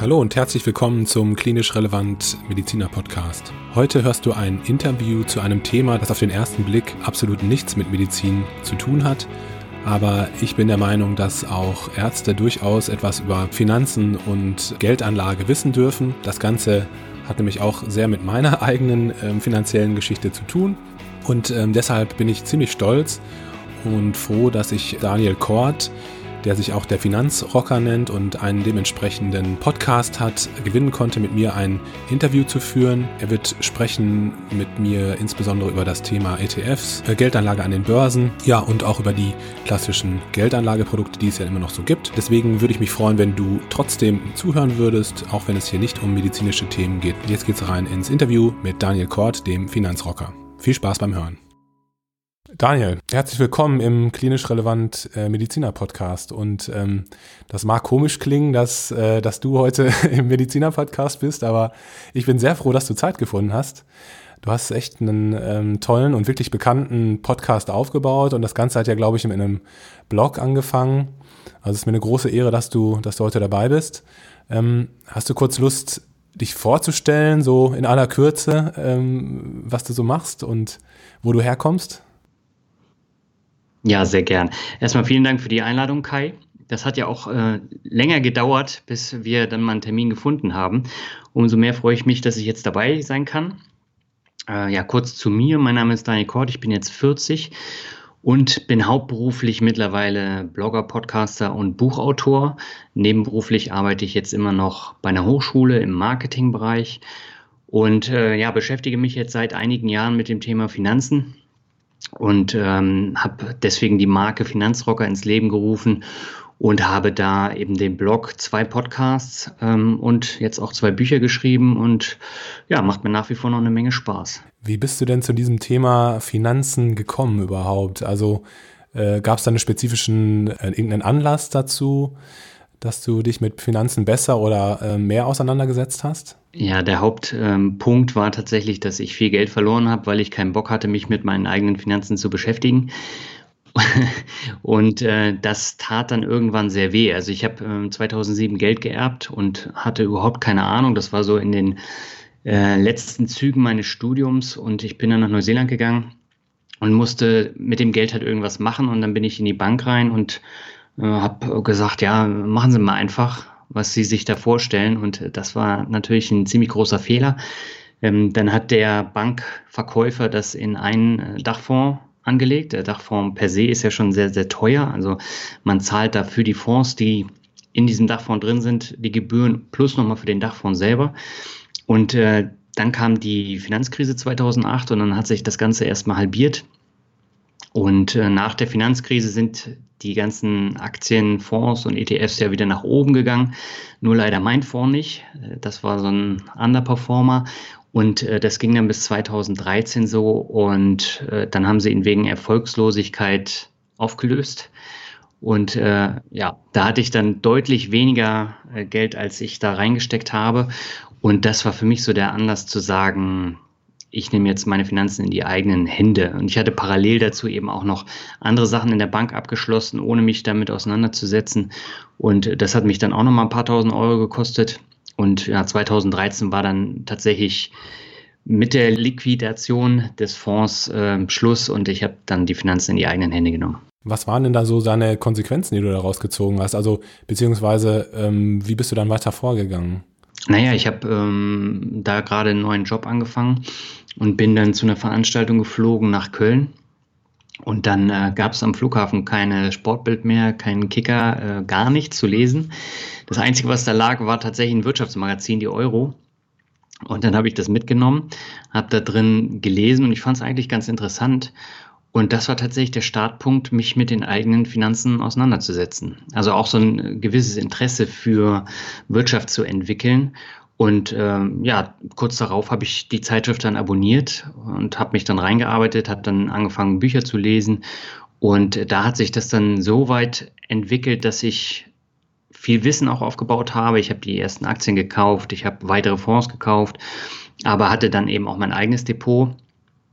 Hallo und herzlich willkommen zum Klinisch Relevant Mediziner Podcast. Heute hörst du ein Interview zu einem Thema, das auf den ersten Blick absolut nichts mit Medizin zu tun hat. Aber ich bin der Meinung, dass auch Ärzte durchaus etwas über Finanzen und Geldanlage wissen dürfen. Das Ganze hat nämlich auch sehr mit meiner eigenen finanziellen Geschichte zu tun. Und deshalb bin ich ziemlich stolz und froh, dass ich Daniel Kort, der sich auch der Finanzrocker nennt und einen dementsprechenden Podcast hat, gewinnen konnte, mit mir ein Interview zu führen. Er wird sprechen mit mir insbesondere über das Thema ETFs, Geldanlage an den Börsen, ja, und auch über die klassischen Geldanlageprodukte, die es ja immer noch so gibt. Deswegen würde ich mich freuen, wenn du trotzdem zuhören würdest, auch wenn es hier nicht um medizinische Themen geht. Jetzt geht's rein ins Interview mit Daniel Kort, dem Finanzrocker. Viel Spaß beim Hören. Daniel, herzlich willkommen im Klinisch Relevant Mediziner Podcast. Und das mag komisch klingen, dass du heute im Mediziner Podcast bist, aber ich bin sehr froh, dass du Zeit gefunden hast. Du hast echt einen tollen und wirklich bekannten Podcast aufgebaut und das Ganze hat ja, glaube ich, in einem Blog angefangen. Also es ist mir eine große Ehre, dass du heute dabei bist. Hast du kurz Lust, dich vorzustellen, so in aller Kürze, was du so machst und wo du herkommst? Ja, sehr gern. Erstmal vielen Dank für die Einladung, Kai. Das hat ja auch länger gedauert, bis wir dann mal einen Termin gefunden haben. Umso mehr freue ich mich, dass ich jetzt dabei sein kann. Kurz zu mir. Mein Name ist Daniel Kort, ich bin jetzt 40 und bin hauptberuflich mittlerweile Blogger, Podcaster und Buchautor. Nebenberuflich arbeite ich jetzt immer noch bei einer Hochschule im Marketingbereich und beschäftige mich jetzt seit einigen Jahren mit dem Thema Finanzen. Und habe deswegen die Marke Finanzrocker ins Leben gerufen und habe da eben den Blog, 2 Podcasts und jetzt auch 2 Bücher geschrieben und ja, macht mir nach wie vor noch eine Menge Spaß. Wie bist du denn zu diesem Thema Finanzen gekommen überhaupt? Also gab es da einen spezifischen, irgendeinen Anlass dazu, dass du dich mit Finanzen besser oder mehr auseinandergesetzt hast? Ja, der Hauptpunkt war tatsächlich, dass ich viel Geld verloren habe, weil ich keinen Bock hatte, mich mit meinen eigenen Finanzen zu beschäftigen. Und das tat dann irgendwann sehr weh. Also ich habe 2007 Geld geerbt und hatte überhaupt keine Ahnung. Das war so in den letzten Zügen meines Studiums und ich bin dann nach Neuseeland gegangen und musste mit dem Geld halt irgendwas machen. Und dann bin ich in die Bank rein und habe gesagt, ja, machen Sie mal einfach, was Sie sich da vorstellen. Und das war natürlich ein ziemlich großer Fehler. Dann hat der Bankverkäufer das in einen Dachfonds angelegt. Der Dachfonds per se ist ja schon sehr, sehr teuer. Also man zahlt dafür die Fonds, die in diesem Dachfonds drin sind, die Gebühren plus nochmal für den Dachfonds selber. Und dann kam die Finanzkrise 2008 und dann hat sich das Ganze erstmal halbiert. Und nach der Finanzkrise sind die ganzen Aktien, Fonds und ETFs ja wieder nach oben gegangen. Nur leider mein Fonds nicht. Das war so ein Underperformer. Und das ging dann bis 2013 so. Und dann haben sie ihn wegen Erfolgslosigkeit aufgelöst. Und da hatte ich dann deutlich weniger Geld, als ich da reingesteckt habe. Und das war für mich so der Anlass zu sagen, ich nehme jetzt meine Finanzen in die eigenen Hände. Und ich hatte parallel dazu eben auch noch andere Sachen in der Bank abgeschlossen, ohne mich damit auseinanderzusetzen. Und das hat mich dann auch noch mal ein paar tausend Euro gekostet. Und ja, 2013 war dann tatsächlich mit der Liquidation des Fonds Schluss und ich habe dann die Finanzen in die eigenen Hände genommen. Was waren denn da so deine Konsequenzen, die du daraus gezogen hast? Also beziehungsweise wie bist du dann weiter vorgegangen? Naja, ich habe da gerade einen neuen Job angefangen und bin dann zu einer Veranstaltung geflogen nach Köln. Und dann gab es am Flughafen keine Sportbild mehr, keinen Kicker, gar nichts zu lesen. Das Einzige, was da lag, war tatsächlich ein Wirtschaftsmagazin, die Euro. Und dann habe ich das mitgenommen, habe da drin gelesen und ich fand es eigentlich ganz interessant. Und das war tatsächlich der Startpunkt, mich mit den eigenen Finanzen auseinanderzusetzen. Also auch so ein gewisses Interesse für Wirtschaft zu entwickeln. Und kurz darauf habe ich die Zeitschrift dann abonniert und habe mich dann reingearbeitet, habe dann angefangen, Bücher zu lesen. Und da hat sich das dann so weit entwickelt, dass ich viel Wissen auch aufgebaut habe. Ich habe die ersten Aktien gekauft, ich habe weitere Fonds gekauft, aber hatte dann eben auch mein eigenes Depot.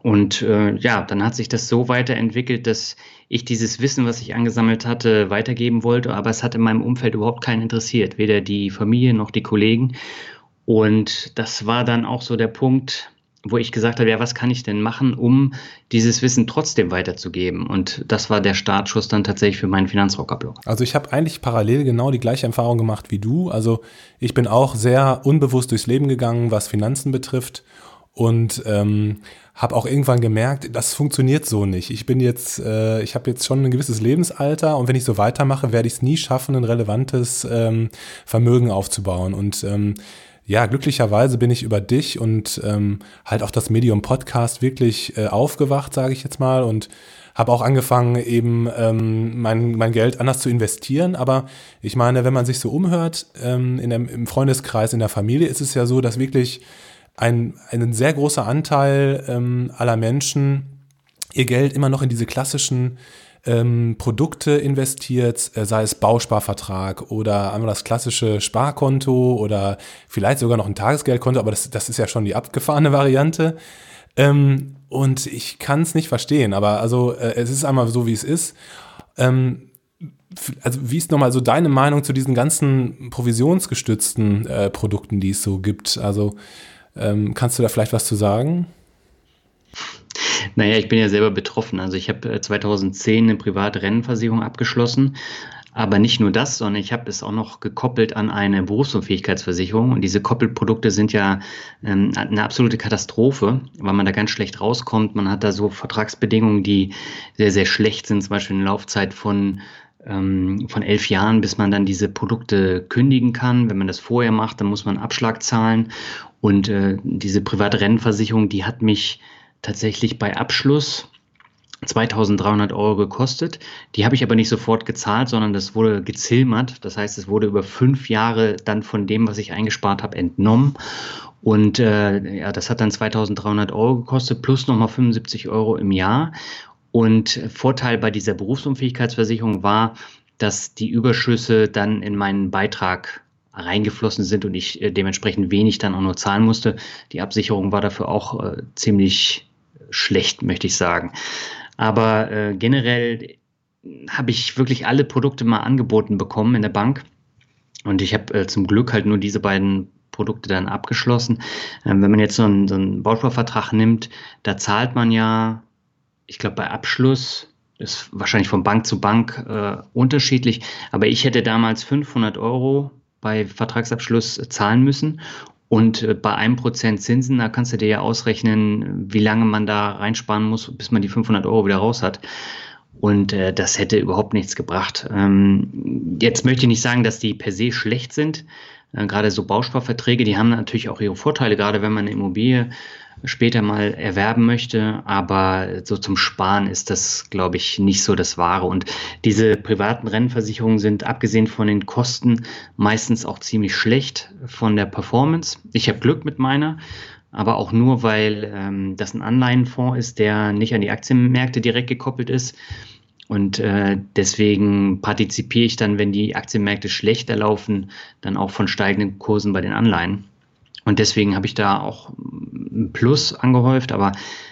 Und ja, dann hat sich das so weiterentwickelt, dass ich dieses Wissen, was ich angesammelt hatte, weitergeben wollte, aber es hat in meinem Umfeld überhaupt keinen interessiert, weder die Familie noch die Kollegen. Und das war dann auch so der Punkt, wo ich gesagt habe, ja, was kann ich denn machen, um dieses Wissen trotzdem weiterzugeben? Und das war der Startschuss dann tatsächlich für meinen Finanzrocker-Blog. Also ich habe eigentlich parallel genau die gleiche Erfahrung gemacht wie du. Also ich bin auch sehr unbewusst durchs Leben gegangen, was Finanzen betrifft. Und habe auch irgendwann gemerkt, das funktioniert so nicht. Ich habe jetzt schon ein gewisses Lebensalter und wenn ich so weitermache, werde ich es nie schaffen, ein relevantes Vermögen aufzubauen. Und ja, glücklicherweise bin ich über dich und halt auch das Medium Podcast wirklich aufgewacht, sage ich jetzt mal, und habe auch angefangen, eben mein Geld anders zu investieren. Aber ich meine, wenn man sich so umhört, im Freundeskreis, in der Familie, ist es ja so, dass wirklich ein sehr großer Anteil aller Menschen ihr Geld immer noch in diese klassischen Produkte investiert, sei es Bausparvertrag oder einmal das klassische Sparkonto oder vielleicht sogar noch ein Tagesgeldkonto, aber das ist ja schon die abgefahrene Variante. Und ich kann es nicht verstehen, aber also es ist einmal so, wie es ist. Also wie ist nochmal so deine Meinung zu diesen ganzen provisionsgestützten Produkten, die es so gibt? Also kannst du da vielleicht was zu sagen? Naja, ich bin ja selber betroffen. Also ich habe 2010 eine private Rennversicherung abgeschlossen. Aber nicht nur das, sondern ich habe es auch noch gekoppelt an eine Berufsunfähigkeitsversicherung. Und diese Koppelprodukte sind ja eine absolute Katastrophe, weil man da ganz schlecht rauskommt. Man hat da so Vertragsbedingungen, die sehr, sehr schlecht sind. Zum Beispiel eine Laufzeit von 11 Jahren, bis man dann diese Produkte kündigen kann. Wenn man das vorher macht, dann muss man einen Abschlag zahlen. Und diese private Rennversicherung, die hat mich tatsächlich bei Abschluss 2.300 € gekostet. Die habe ich aber nicht sofort gezahlt, sondern das wurde gezilmert. Das heißt, es wurde über 5 Jahre dann von dem, was ich eingespart habe, entnommen. Und ja, das hat dann 2.300 € gekostet, plus nochmal 75 € im Jahr. Und Vorteil bei dieser Berufsunfähigkeitsversicherung war, dass die Überschüsse dann in meinen Beitrag reingeflossen sind und ich dementsprechend wenig dann auch nur zahlen musste. Die Absicherung war dafür auch ziemlich schlecht, möchte ich sagen. Aber generell habe ich wirklich alle Produkte mal angeboten bekommen in der Bank. Und ich habe zum Glück halt nur diese beiden Produkte dann abgeschlossen. Wenn man jetzt so einen Bausparvertrag nimmt, da zahlt man ja, ich glaube bei Abschluss, ist wahrscheinlich von Bank zu Bank unterschiedlich, aber ich hätte damals 500 € bei Vertragsabschluss zahlen müssen. Und bei 1% Zinsen, da kannst du dir ja ausrechnen, wie lange man da reinsparen muss, bis man die 500 € wieder raus hat. Und das hätte überhaupt nichts gebracht. Jetzt möchte ich nicht sagen, dass die per se schlecht sind. Gerade so Bausparverträge, die haben natürlich auch ihre Vorteile, gerade wenn man eine Immobilie später mal erwerben möchte. Aber so zum Sparen ist das, glaube ich, nicht so das Wahre. Und diese privaten Rennversicherungen sind, abgesehen von den Kosten, meistens auch ziemlich schlecht von der Performance. Ich habe Glück mit meiner, aber auch nur, weil das ein Anleihenfonds ist, der nicht an die Aktienmärkte direkt gekoppelt ist. Und deswegen partizipiere ich dann, wenn die Aktienmärkte schlechter laufen, dann auch von steigenden Kursen bei den Anleihen. Und deswegen habe ich da auch ein Plus angehäuft, aber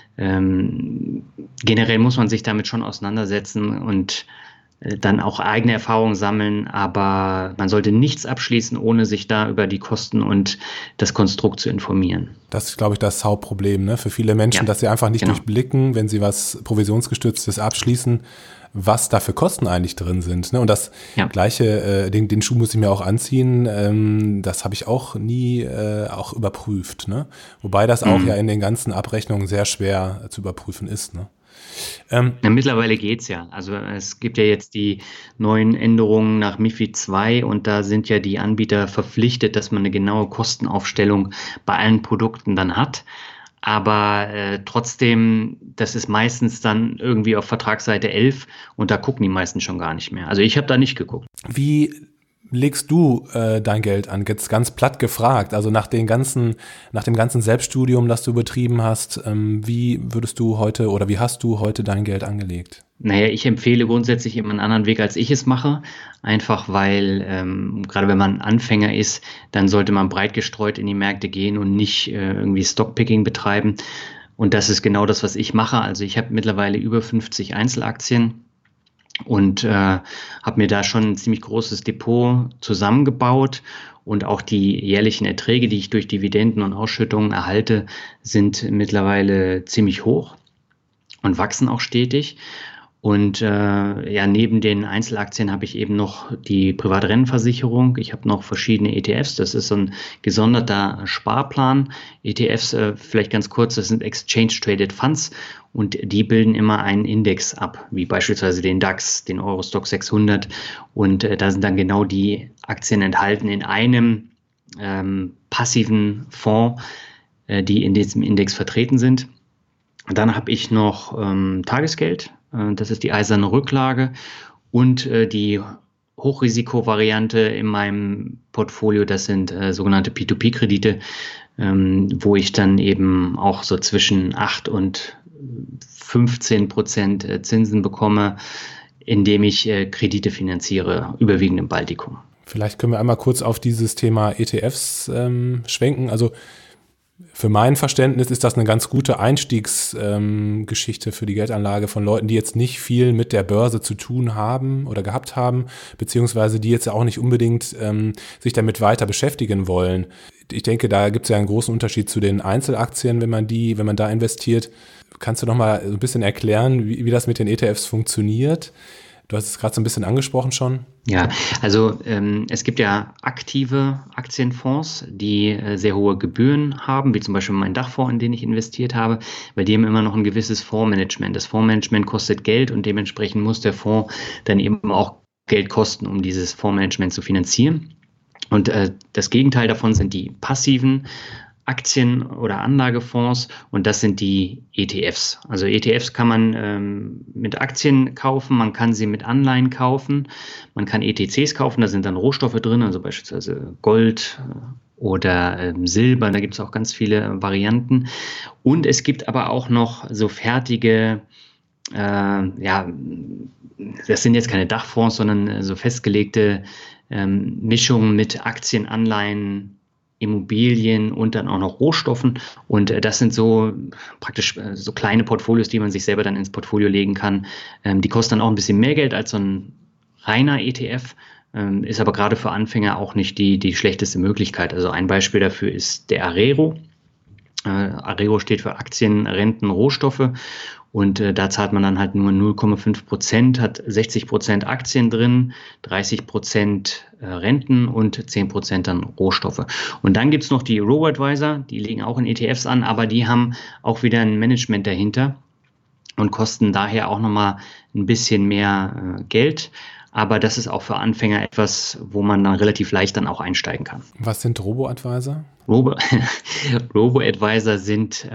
generell muss man sich damit schon auseinandersetzen und dann auch eigene Erfahrungen sammeln, aber man sollte nichts abschließen, ohne sich da über die Kosten und das Konstrukt zu informieren. Das ist, glaube ich, das Hauptproblem, ne? Für viele Menschen, dass sie einfach nicht durchblicken, wenn sie was Provisionsgestütztes abschließen, was da für Kosten eigentlich drin sind. Ne? Und das Gleiche, den Schuh muss ich mir auch anziehen, das habe ich auch nie auch überprüft. Ne? Wobei das auch ja in den ganzen Abrechnungen sehr schwer zu überprüfen ist. Ne? Ja, mittlerweile geht's ja. Also es gibt ja jetzt die neuen Änderungen nach MiFID II und da sind ja die Anbieter verpflichtet, dass man eine genaue Kostenaufstellung bei allen Produkten dann hat. Aber trotzdem, das ist meistens dann irgendwie auf Vertragsseite 11 und da gucken die meisten schon gar nicht mehr. Also ich habe da nicht geguckt. Wie legst du dein Geld an? Jetzt ganz platt gefragt, also nach dem ganzen Selbststudium, das du betrieben hast, wie hast du heute dein Geld angelegt? Naja, ich empfehle grundsätzlich immer einen anderen Weg, als ich es mache. Einfach weil, gerade wenn man Anfänger ist, dann sollte man breit gestreut in die Märkte gehen und nicht irgendwie Stockpicking betreiben. Und das ist genau das, was ich mache. Also ich habe mittlerweile über 50 Einzelaktien und habe mir da schon ein ziemlich großes Depot zusammengebaut. Und auch die jährlichen Erträge, die ich durch Dividenden und Ausschüttungen erhalte, sind mittlerweile ziemlich hoch und wachsen auch stetig. Und neben den Einzelaktien habe ich eben noch die private Rentenversicherung. Ich habe noch verschiedene ETFs. Das ist so ein gesonderter Sparplan. ETFs, vielleicht ganz kurz, das sind Exchange Traded Funds und die bilden immer einen Index ab, wie beispielsweise den DAX, den Eurostoxx 600. Und da sind dann genau die Aktien enthalten in einem passiven Fonds, die in diesem Index vertreten sind. Dann habe ich noch Tagesgeld. Das ist die eiserne Rücklage und die Hochrisikovariante in meinem Portfolio, das sind sogenannte P2P-Kredite, wo ich dann eben auch so zwischen 8 und 15% Zinsen bekomme, indem ich Kredite finanziere, überwiegend im Baltikum. Vielleicht können wir einmal kurz auf dieses Thema ETFs schwenken. Also für mein Verständnis ist das eine ganz gute Einstiegsgeschichte für die Geldanlage von Leuten, die jetzt nicht viel mit der Börse zu tun haben oder gehabt haben, beziehungsweise die jetzt auch nicht unbedingt sich damit weiter beschäftigen wollen. Ich denke, da gibt es ja einen großen Unterschied zu den Einzelaktien, wenn man da investiert. Kannst du noch mal ein bisschen erklären, wie das mit den ETFs funktioniert? Du hast es gerade so ein bisschen angesprochen schon. Ja, also es gibt ja aktive Aktienfonds, die sehr hohe Gebühren haben, wie zum Beispiel mein Dachfonds, in den ich investiert habe, bei dem immer noch ein gewisses Fondsmanagement. Das Fondsmanagement kostet Geld und dementsprechend muss der Fonds dann eben auch Geld kosten, um dieses Fondsmanagement zu finanzieren. Und das Gegenteil davon sind die passiven Aktien- oder Anlagefonds und das sind die ETFs. Also ETFs kann man mit Aktien kaufen, man kann sie mit Anleihen kaufen, man kann ETCs kaufen, da sind dann Rohstoffe drin, also beispielsweise Gold oder Silber, da gibt es auch ganz viele Varianten. Und es gibt aber auch noch so fertige, das sind jetzt keine Dachfonds, sondern so festgelegte Mischungen mit Aktien, Anleihen, Immobilien und dann auch noch Rohstoffen. Und das sind so praktisch so kleine Portfolios, die man sich selber dann ins Portfolio legen kann. Die kosten dann auch ein bisschen mehr Geld als so ein reiner ETF, ist aber gerade für Anfänger auch nicht die schlechteste Möglichkeit. Also ein Beispiel dafür ist der Arero. Arero steht für Aktien, Renten, Rohstoffe. Und da zahlt man dann halt nur 0,5%, hat 60% Aktien drin, 30% Renten und 10% dann Rohstoffe. Und dann gibt's noch die Robo-Advisor, die legen auch in ETFs an, aber die haben auch wieder ein Management dahinter und kosten daher auch nochmal ein bisschen mehr Geld. Aber das ist auch für Anfänger etwas, wo man dann relativ leicht dann auch einsteigen kann. Was sind Robo-Advisor? Robo-Advisor sind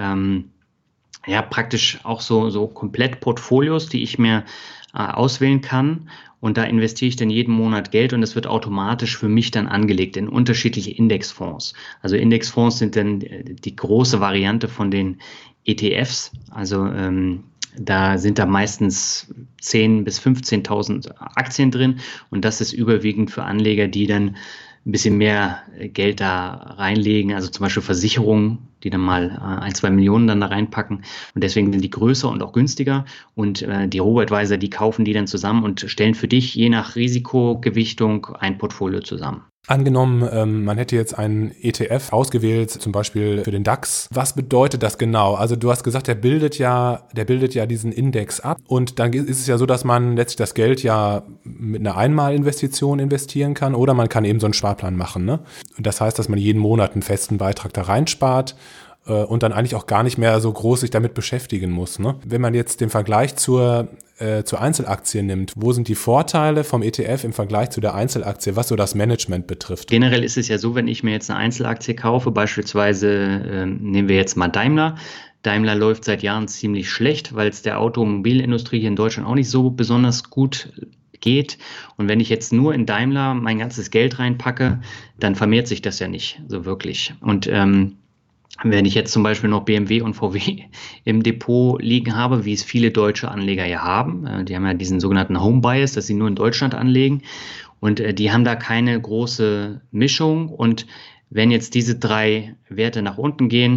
praktisch auch so komplett Portfolios, die ich mir auswählen kann. Und da investiere ich dann jeden Monat Geld und das wird automatisch für mich dann angelegt in unterschiedliche Indexfonds. Also Indexfonds sind dann die große Variante von den ETFs. Also da sind da meistens 10.000 bis 15.000 Aktien drin und das ist überwiegend für Anleger, die dann ein bisschen mehr Geld da reinlegen, also zum Beispiel Versicherungen, die dann mal 1-2 Millionen dann da reinpacken und deswegen sind die größer und auch günstiger und die Robo-Advisor, die kaufen die dann zusammen und stellen für dich je nach Risikogewichtung ein Portfolio zusammen. Angenommen, man hätte jetzt einen ETF ausgewählt, zum Beispiel für den DAX. Was bedeutet das genau? Also du hast gesagt, der bildet ja diesen Index ab und dann ist es ja so, dass man letztlich das Geld ja mit einer Einmalinvestition investieren kann oder man kann eben so einen Sparplan machen, ne? Das heißt, dass man jeden Monat einen festen Beitrag da reinspart und dann eigentlich auch gar nicht mehr so groß sich damit beschäftigen muss, ne? Wenn man jetzt den Vergleich zur Einzelaktie nimmt, wo sind die Vorteile vom ETF im Vergleich zu der Einzelaktie, was so das Management betrifft? Generell ist es ja so, wenn ich mir jetzt eine Einzelaktie kaufe, beispielsweise nehmen wir jetzt mal Daimler. Daimler läuft seit Jahren ziemlich schlecht, weil es der Automobilindustrie hier in Deutschland auch nicht so besonders gut geht. Und wenn ich jetzt nur in Daimler mein ganzes Geld reinpacke, dann vermehrt sich das ja nicht so wirklich. Und wenn ich jetzt zum Beispiel noch BMW und VW im Depot liegen habe, wie es viele deutsche Anleger ja haben, die haben ja diesen sogenannten Home Bias, dass sie nur in Deutschland anlegen und die haben da keine große Mischung und wenn jetzt diese drei Werte nach unten gehen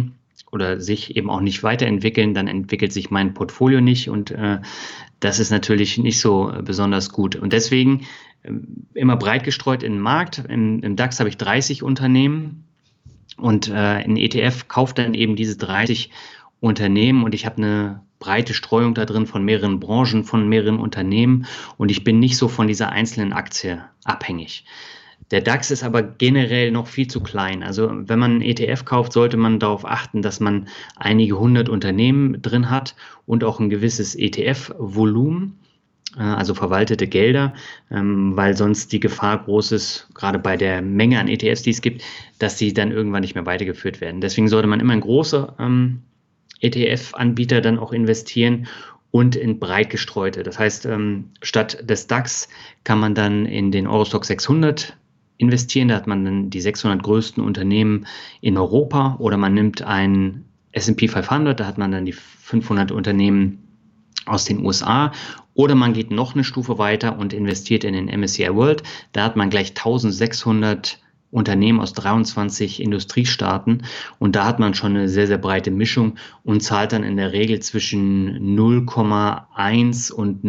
oder sich eben auch nicht weiterentwickeln, dann entwickelt sich mein Portfolio nicht und das ist natürlich nicht so besonders gut. Und deswegen immer breit gestreut in den Markt. Im DAX habe ich 30 Unternehmen und ein ETF kauft dann eben diese 30 Unternehmen und ich habe eine breite Streuung da drin von mehreren Branchen, von mehreren Unternehmen und ich bin nicht so von dieser einzelnen Aktie abhängig. Der DAX ist aber generell noch viel zu klein. Also wenn man einen ETF kauft, sollte man darauf achten, dass man einige hundert Unternehmen drin hat und auch ein gewisses ETF-Volumen, also verwaltete Gelder, weil sonst die Gefahr groß ist, gerade bei der Menge an ETFs, die es gibt, dass sie dann irgendwann nicht mehr weitergeführt werden. Deswegen sollte man immer in große ETF-Anbieter dann auch investieren und in breit gestreute. Das heißt, statt des DAX kann man dann in den Eurostoxx 600 investieren. Da hat man dann die 600 größten Unternehmen in Europa oder man nimmt einen S&P 500, da hat man dann die 500 Unternehmen aus den USA oder man geht noch eine Stufe weiter und investiert in den MSCI World. Da hat man gleich 1600 Unternehmen aus 23 Industriestaaten und da hat man schon eine sehr, sehr breite Mischung und zahlt dann in der Regel zwischen 0,1 und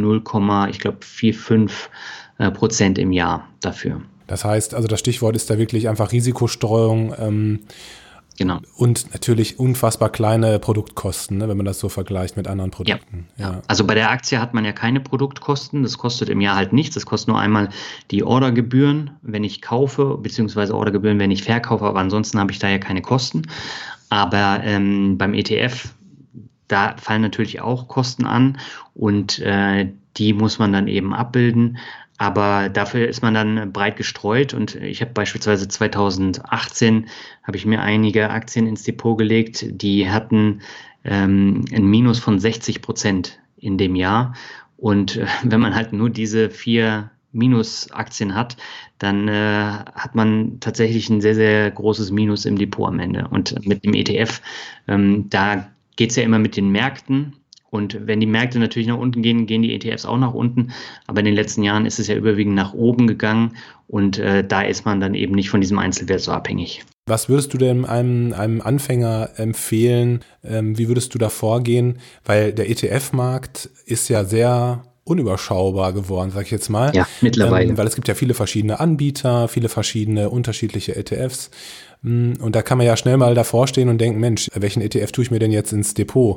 0,45% im Jahr dafür. Das heißt, also das Stichwort ist da wirklich einfach Risikostreuung genau. Und natürlich unfassbar kleine Produktkosten, ne, wenn man das so vergleicht mit anderen Produkten. Ja. Also bei der Aktie hat man ja keine Produktkosten, das kostet im Jahr halt nichts, das kostet nur einmal die Ordergebühren, wenn ich kaufe, beziehungsweise Ordergebühren, wenn ich verkaufe, aber ansonsten habe ich da ja keine Kosten. Aber beim ETF, da fallen natürlich auch Kosten an und die muss man dann eben abbilden. Aber dafür ist man dann breit gestreut und ich habe beispielsweise 2018 habe ich mir einige Aktien ins Depot gelegt, die hatten ein Minus von 60% in dem Jahr. Und wenn man halt nur diese 4 Minusaktien hat, dann hat man tatsächlich ein sehr, sehr großes Minus im Depot am Ende. Und mit dem ETF, da geht es ja immer mit den Märkten. Und wenn die Märkte natürlich nach unten gehen, gehen die ETFs auch nach unten. Aber in den letzten Jahren ist es ja überwiegend nach oben gegangen. Und da ist man dann eben nicht von diesem Einzelwert so abhängig. Was würdest du denn einem Anfänger empfehlen? Wie würdest du da vorgehen? Weil der ETF-Markt ist ja sehr unüberschaubar geworden, sag ich jetzt mal. Ja, mittlerweile. Weil es gibt ja viele verschiedene Anbieter, viele verschiedene unterschiedliche ETFs. Und da kann man ja schnell mal davor stehen und denken, Mensch, welchen ETF tue ich mir denn jetzt ins Depot?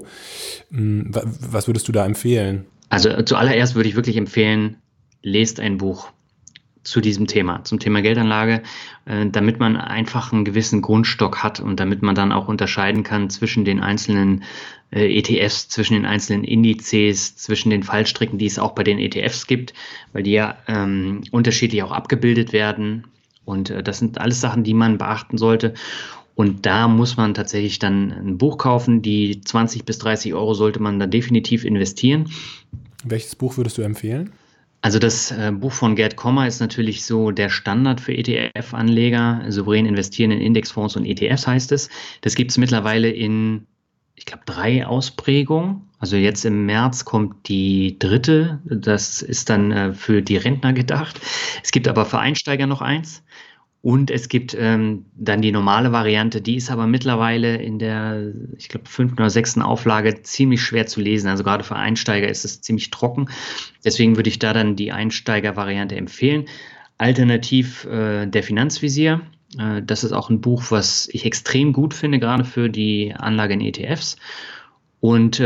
Was würdest du da empfehlen? Also zuallererst würde ich wirklich empfehlen, lest ein Buch zu diesem Thema, zum Thema Geldanlage, damit man einfach einen gewissen Grundstock hat und damit man dann auch unterscheiden kann zwischen den einzelnen ETFs, zwischen den einzelnen Indizes, zwischen den Fallstricken, die es auch bei den ETFs gibt, weil die ja unterschiedlich auch abgebildet werden. Und das sind alles Sachen, die man beachten sollte. Und da muss man tatsächlich dann ein Buch kaufen. Die 20 bis 30 Euro sollte man da definitiv investieren. Welches Buch würdest du empfehlen? Also das Buch von Gerd Kommer ist natürlich so der Standard für ETF-Anleger. Souverän investieren in Indexfonds und ETFs heißt es. Das gibt es mittlerweile in, ich glaube, 3 Ausprägungen. Also jetzt im März kommt die 3. Das ist dann für die Rentner gedacht. Es gibt aber für Einsteiger noch eins. Und es gibt dann die normale Variante, die ist aber mittlerweile in der, ich glaube, 5. oder 6. Auflage ziemlich schwer zu lesen. Also gerade für Einsteiger ist es ziemlich trocken. Deswegen würde ich da dann die Einsteiger-Variante empfehlen. Alternativ der Finanzvisier. Das ist auch ein Buch, was ich extrem gut finde, gerade für die Anlage in ETFs. Und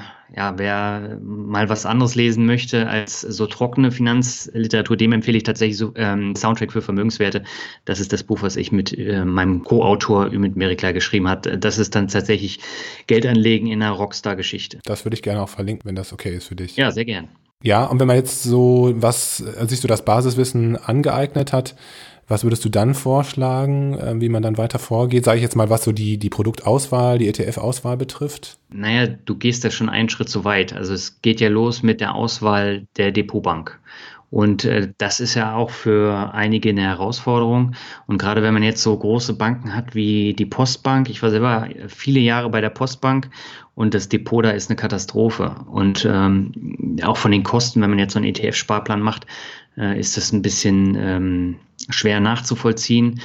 wer mal was anderes lesen möchte als so trockene Finanzliteratur, dem empfehle ich tatsächlich so Soundtrack für Vermögenswerte. Das ist das Buch, was ich mit meinem Co-Autor Ümit Meriklai geschrieben habe. Das ist dann tatsächlich Geldanlegen in einer Rockstar-Geschichte. Das würde ich gerne auch verlinken, wenn das okay ist für dich. Ja, sehr gern. Ja, und wenn man jetzt sich so das Basiswissen angeeignet hat, was würdest du dann vorschlagen, wie man dann weiter vorgeht? Sage ich jetzt mal, was so die Produktauswahl, die ETF-Auswahl betrifft? Naja, du gehst da schon einen Schritt zu weit. Also es geht ja los mit der Auswahl der Depotbank. Und das ist ja auch für einige eine Herausforderung. Und gerade wenn man jetzt so große Banken hat wie die Postbank, ich war selber viele Jahre bei der Postbank und das Depot da ist eine Katastrophe. Und auch von den Kosten, wenn man jetzt so einen ETF-Sparplan macht, ist das ein bisschen schwer nachzuvollziehen.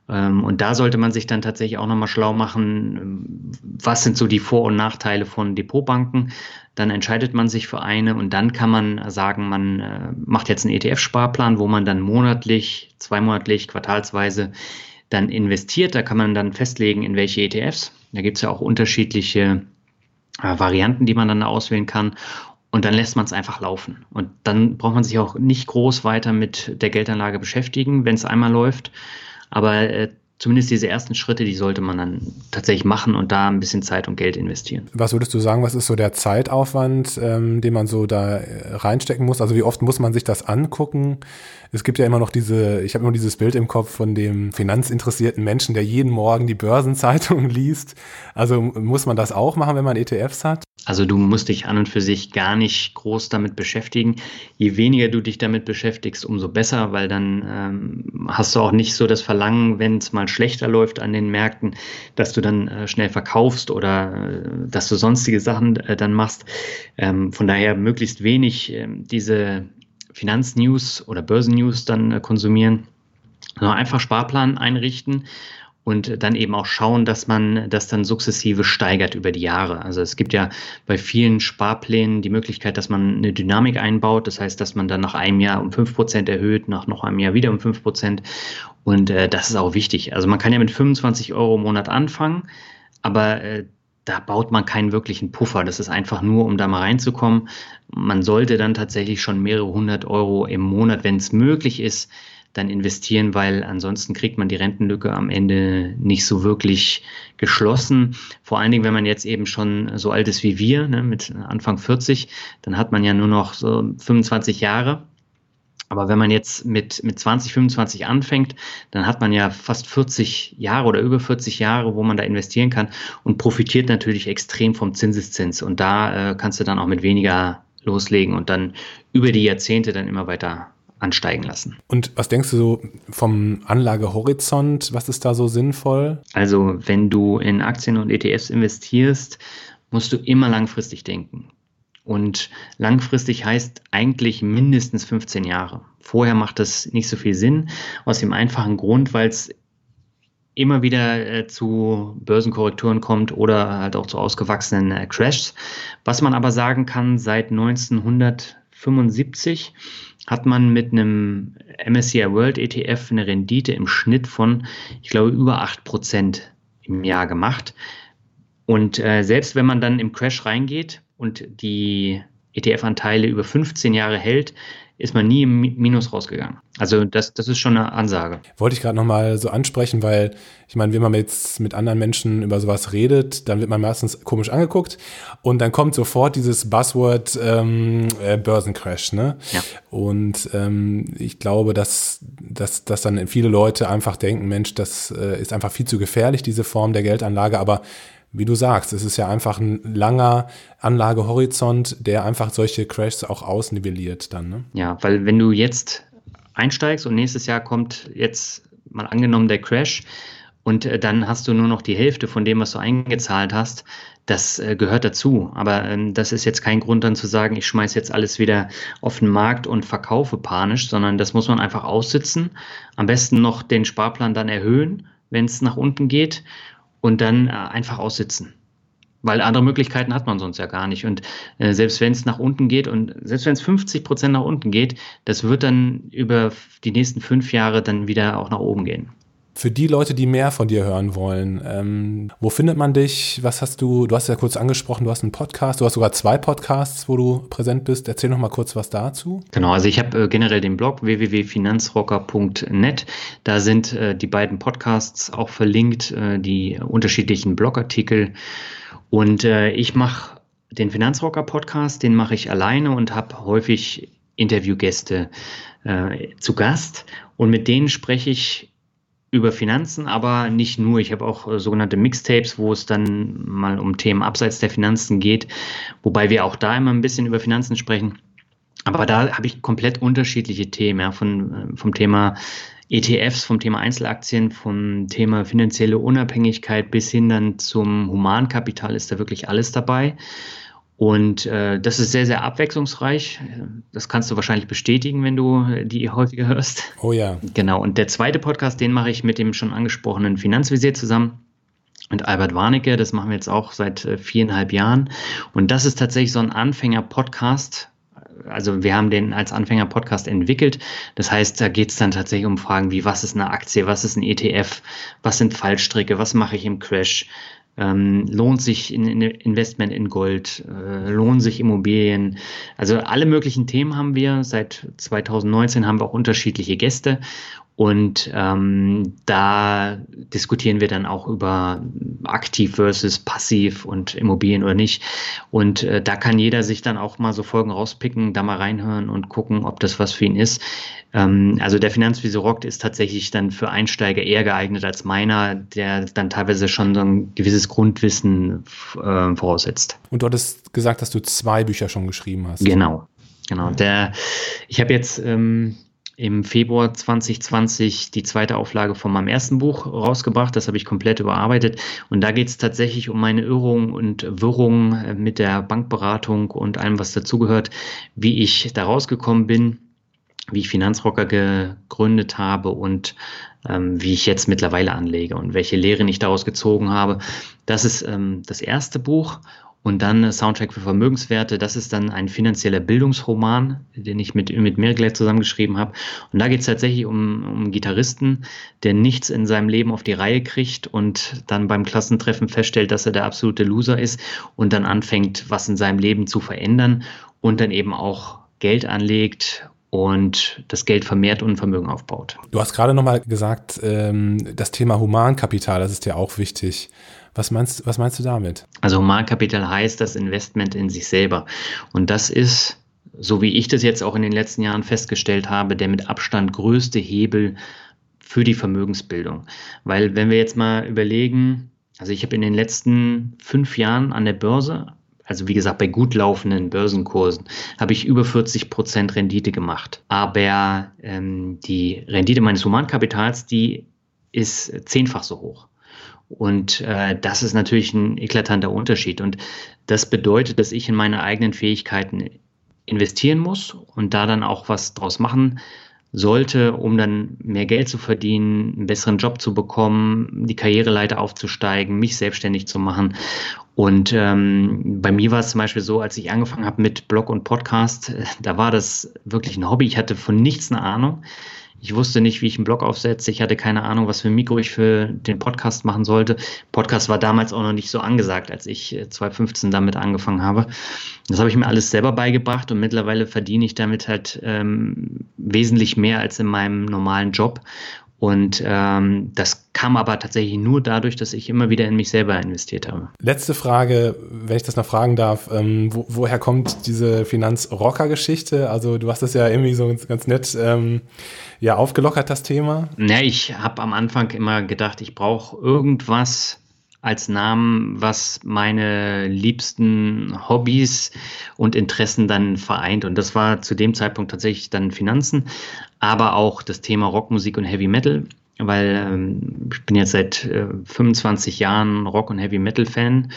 Und da sollte man sich dann tatsächlich auch nochmal schlau machen, was sind so die Vor- und Nachteile von Depotbanken. Dann entscheidet man sich für eine und dann kann man sagen, man macht jetzt einen ETF-Sparplan, wo man dann monatlich, zweimonatlich, quartalsweise dann investiert. Da kann man dann festlegen, in welche ETFs. Da gibt es ja auch unterschiedliche Varianten, die man dann auswählen kann. Und dann lässt man es einfach laufen. Und dann braucht man sich auch nicht groß weiter mit der Geldanlage beschäftigen, wenn es einmal läuft. Aber zumindest diese ersten Schritte, die sollte man dann tatsächlich machen und da ein bisschen Zeit und Geld investieren. Was würdest du sagen, was ist so der Zeitaufwand, den man so da reinstecken muss? Also wie oft muss man sich das angucken? Es gibt ja immer noch ich habe immer dieses Bild im Kopf von dem finanzinteressierten Menschen, der jeden Morgen die Börsenzeitung liest. Also muss man das auch machen, wenn man ETFs hat? Also du musst dich an und für sich gar nicht groß damit beschäftigen. Je weniger du dich damit beschäftigst, umso besser, weil dann hast du auch nicht so das Verlangen, wenn es mal schlechter läuft an den Märkten, dass du dann schnell verkaufst oder dass du sonstige Sachen dann machst. Von daher möglichst wenig diese Finanznews oder Börsennews dann konsumieren, sondern einfach Sparplan einrichten und dann eben auch schauen, dass man das dann sukzessive steigert über die Jahre. Also es gibt ja bei vielen Sparplänen die Möglichkeit, dass man eine Dynamik einbaut. Das heißt, dass man dann nach einem Jahr um 5% erhöht, nach noch einem Jahr wieder um 5%. Und das ist auch wichtig. Also man kann ja mit 25 € im Monat anfangen, aber da baut man keinen wirklichen Puffer. Das ist einfach nur, um da mal reinzukommen. Man sollte dann tatsächlich schon mehrere 100 € im Monat, wenn es möglich ist, dann investieren, weil ansonsten kriegt man die Rentenlücke am Ende nicht so wirklich geschlossen. Vor allen Dingen, wenn man jetzt eben schon so alt ist wie wir, ne, mit Anfang 40, dann hat man ja nur noch so 25 Jahre. Aber wenn man jetzt mit 20, 25 anfängt, dann hat man ja fast 40 Jahre oder über 40 Jahre, wo man da investieren kann und profitiert natürlich extrem vom Zinseszins. Und da kannst du dann auch mit weniger loslegen und dann über die Jahrzehnte dann immer weiter ansteigen lassen. Und was denkst du so vom Anlagehorizont? Was ist da so sinnvoll? Also wenn du in Aktien und ETFs investierst, musst du immer langfristig denken. Und langfristig heißt eigentlich mindestens 15 Jahre. Vorher macht das nicht so viel Sinn, aus dem einfachen Grund, weil es immer wieder zu Börsenkorrekturen kommt oder halt auch zu ausgewachsenen Crashs. Was man aber sagen kann, seit 1975 hat man mit einem MSCI World ETF eine Rendite im Schnitt von, ich glaube, über 8% im Jahr gemacht. Und selbst wenn man dann im Crash reingeht und die ETF-Anteile über 15 Jahre hält, ist man nie im Minus rausgegangen. Also das ist schon eine Ansage. Wollte ich gerade nochmal so ansprechen, weil ich meine, wenn man jetzt mit anderen Menschen über sowas redet, dann wird man meistens komisch angeguckt und dann kommt sofort dieses Buzzword Börsencrash, ne? Ja. Und ich glaube, dass dann viele Leute einfach denken, Mensch, das ist einfach viel zu gefährlich, diese Form der Geldanlage, aber wie du sagst, es ist ja einfach ein langer Anlagehorizont, der einfach solche Crashs auch ausnivelliert dann, ne? Ja, weil wenn du jetzt einsteigst und nächstes Jahr kommt jetzt mal angenommen der Crash und dann hast du nur noch die Hälfte von dem, was du eingezahlt hast, das gehört dazu. Aber das ist jetzt kein Grund dann zu sagen, ich schmeiße jetzt alles wieder auf den Markt und verkaufe panisch, sondern das muss man einfach aussitzen. Am besten noch den Sparplan dann erhöhen, wenn es nach unten geht. Und dann einfach aussitzen. Weil andere Möglichkeiten hat man sonst ja gar nicht. Und selbst wenn es nach unten geht und selbst wenn es 50% nach unten geht, das wird dann über die nächsten 5 Jahre dann wieder auch nach oben gehen. Für die Leute, die mehr von dir hören wollen, wo findet man dich? Was hast du hast ja kurz angesprochen, du hast einen Podcast, du hast sogar 2 Podcasts, wo du präsent bist. Erzähl noch mal kurz was dazu. Genau, also ich habe generell den Blog www.finanzrocker.net. Da sind die beiden Podcasts auch verlinkt, die unterschiedlichen Blogartikel. Und ich mache den Finanzrocker-Podcast, den mache ich alleine und habe häufig Interviewgäste zu Gast. Und mit denen spreche ich über Finanzen, aber nicht nur. Ich habe auch sogenannte Mixtapes, wo es dann mal um Themen abseits der Finanzen geht, wobei wir auch da immer ein bisschen über Finanzen sprechen. Aber da habe ich komplett unterschiedliche Themen, ja, vom Thema ETFs, vom Thema Einzelaktien, vom Thema finanzielle Unabhängigkeit bis hin dann zum Humankapital ist da wirklich alles dabei. Und das ist sehr, sehr abwechslungsreich. Das kannst du wahrscheinlich bestätigen, wenn du die häufiger hörst. Oh ja. Genau. Und der zweite Podcast, den mache ich mit dem schon angesprochenen Finanzvisier zusammen. Und Albert Warnecke, das machen wir jetzt auch seit 4,5 Jahren. Und das ist tatsächlich so ein Anfänger-Podcast. Also wir haben den als Anfänger-Podcast entwickelt. Das heißt, da geht es dann tatsächlich um Fragen wie, was ist eine Aktie, was ist ein ETF, was sind Fallstricke, was mache ich im Crash, lohnt sich ein Investment in Gold, lohnen sich Immobilien. Also alle möglichen Themen haben wir. Seit 2019 haben wir auch unterschiedliche Gäste. Und da diskutieren wir dann auch über aktiv versus passiv und Immobilien oder nicht. Und da kann jeder sich dann auch mal so Folgen rauspicken, da mal reinhören und gucken, ob das was für ihn ist. Also der Finanzvisier rockt ist tatsächlich dann für Einsteiger eher geeignet als meiner, der dann teilweise schon so ein gewisses Grundwissen voraussetzt. Und du hattest gesagt, dass du 2 Bücher schon geschrieben hast. Genau. Ich habe jetzt im Februar 2020 die zweite Auflage von meinem ersten Buch rausgebracht. Das habe ich komplett überarbeitet. Und da geht es tatsächlich um meine Irrungen und Wirrungen mit der Bankberatung und allem, was dazugehört, wie ich da rausgekommen bin, wie ich Finanzrocker gegründet habe und wie ich jetzt mittlerweile anlege und welche Lehren ich daraus gezogen habe. Das ist das erste Buch. Und dann Soundtrack für Vermögenswerte, das ist dann ein finanzieller Bildungsroman, den ich mit Mirglet zusammengeschrieben habe. Und da geht es tatsächlich um einen Gitarristen, der nichts in seinem Leben auf die Reihe kriegt und dann beim Klassentreffen feststellt, dass er der absolute Loser ist und dann anfängt, was in seinem Leben zu verändern und dann eben auch Geld anlegt und das Geld vermehrt und Vermögen aufbaut. Du hast gerade nochmal gesagt, das Thema Humankapital, das ist ja auch wichtig. Was meinst du damit? Also Humankapital heißt das Investment in sich selber. Und das ist, so wie ich das jetzt auch in den letzten Jahren festgestellt habe, der mit Abstand größte Hebel für die Vermögensbildung. Weil wenn wir jetzt mal überlegen, also ich habe in den letzten 5 Jahren an der Börse, also wie gesagt bei gut laufenden Börsenkursen, habe ich über 40% Rendite gemacht. Aber die Rendite meines Humankapitals, die ist 10-fach so hoch. Und das ist natürlich ein eklatanter Unterschied. Und das bedeutet, dass ich in meine eigenen Fähigkeiten investieren muss und da dann auch was draus machen sollte, um dann mehr Geld zu verdienen, einen besseren Job zu bekommen, die Karriereleiter aufzusteigen, mich selbstständig zu machen. Und bei mir war es zum Beispiel so, als ich angefangen habe mit Blog und Podcast, da war das wirklich ein Hobby. Ich hatte von nichts eine Ahnung. Ich wusste nicht, wie ich einen Blog aufsetze. Ich hatte keine Ahnung, was für ein Mikro ich für den Podcast machen sollte. Podcast war damals auch noch nicht so angesagt, als ich 2015 damit angefangen habe. Das habe ich mir alles selber beigebracht und mittlerweile verdiene ich damit halt wesentlich mehr als in meinem normalen Job. Und das kam aber tatsächlich nur dadurch, dass ich immer wieder in mich selber investiert habe. Letzte Frage, wenn ich das noch fragen darf. Woher kommt diese Finanzrocker-Geschichte? Also du hast das ja irgendwie so ganz nett aufgelockert, das Thema. Ja, ich habe am Anfang immer gedacht, ich brauche irgendwas als Namen, was meine liebsten Hobbys und Interessen dann vereint. Und das war zu dem Zeitpunkt tatsächlich dann Finanzen, aber auch das Thema Rockmusik und Heavy Metal, weil ich bin jetzt seit 25 Jahren Rock- und Heavy Metal-Fan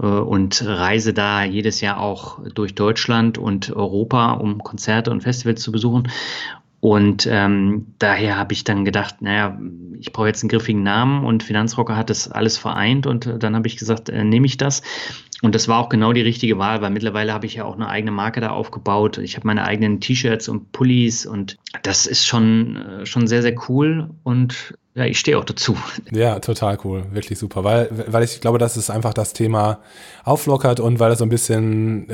und reise da jedes Jahr auch durch Deutschland und Europa, um Konzerte und Festivals zu besuchen. Und daher habe ich dann gedacht, naja, ich brauche jetzt einen griffigen Namen und Finanzrocker hat das alles vereint und dann habe ich gesagt, nehme ich das. Und das war auch genau die richtige Wahl, weil mittlerweile habe ich ja auch eine eigene Marke da aufgebaut. Ich habe meine eigenen T-Shirts und Pullis und das ist schon sehr, sehr cool und ja, ich stehe auch dazu. Ja, total cool, wirklich super, weil ich glaube, dass es einfach das Thema auflockert und weil es so ein bisschen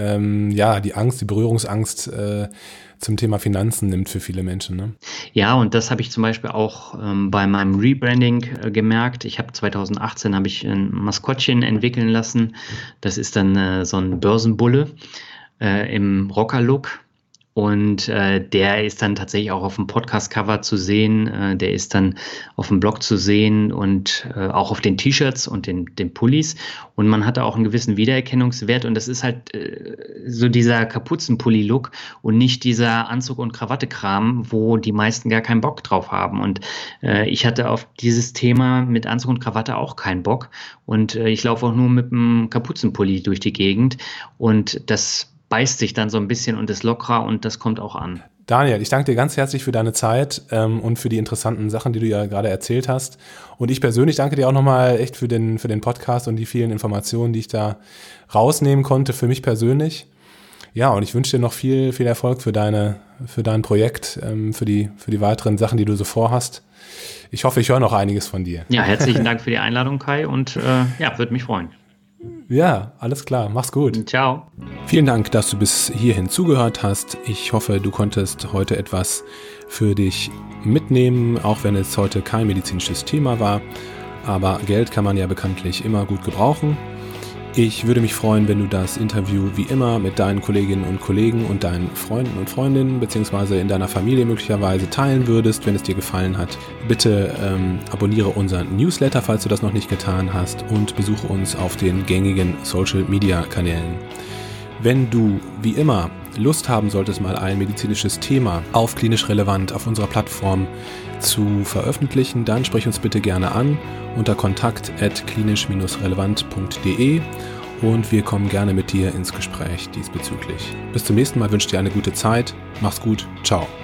die Berührungsangst zum Thema Finanzen nimmt für viele Menschen. Ne? Ja, und das habe ich zum Beispiel auch bei meinem Rebranding gemerkt. 2018 habe ich ein Maskottchen entwickeln lassen. Das ist dann so ein Börsenbulle im Rocker-Look. Und der ist dann tatsächlich auch auf dem Podcast-Cover zu sehen, der ist dann auf dem Blog zu sehen und auch auf den T-Shirts und den Pullis. Und man hat da auch einen gewissen Wiedererkennungswert. Und das ist halt so dieser Kapuzenpulli-Look und nicht dieser Anzug- und Krawatte-Kram, wo die meisten gar keinen Bock drauf haben. Und ich hatte auf dieses Thema mit Anzug und Krawatte auch keinen Bock. Und ich laufe auch nur mit einem Kapuzenpulli durch die Gegend. Und das beißt sich dann so ein bisschen und ist lockerer und das kommt auch an. Daniel, ich danke dir ganz herzlich für deine Zeit und für die interessanten Sachen, die du ja gerade erzählt hast. Und ich persönlich danke dir auch nochmal echt für den Podcast und die vielen Informationen, die ich da rausnehmen konnte, für mich persönlich. Ja, und ich wünsche dir noch viel, viel Erfolg für dein Projekt, für die weiteren Sachen, die du so vorhast. Ich hoffe, ich höre noch einiges von dir. Ja, herzlichen Dank für die Einladung, Kai, und würde mich freuen. Ja, alles klar. Mach's gut. Ciao. Vielen Dank, dass du bis hierhin zugehört hast. Ich hoffe, du konntest heute etwas für dich mitnehmen, auch wenn es heute kein medizinisches Thema war. Aber Geld kann man ja bekanntlich immer gut gebrauchen. Ich würde mich freuen, wenn du das Interview wie immer mit deinen Kolleginnen und Kollegen und deinen Freunden und Freundinnen beziehungsweise in deiner Familie möglicherweise teilen würdest, wenn es dir gefallen hat. Bitte abonniere unseren Newsletter, falls du das noch nicht getan hast, und besuche uns auf den gängigen Social-Media-Kanälen. Wenn du wie immer Lust haben solltest, mal ein medizinisches Thema auf Klinisch Relevant auf unserer Plattform zu veröffentlichen, dann sprich uns bitte gerne an unter kontakt@klinisch-relevant.de und wir kommen gerne mit dir ins Gespräch diesbezüglich. Bis zum nächsten Mal, wünsche dir eine gute Zeit. Mach's gut. Ciao.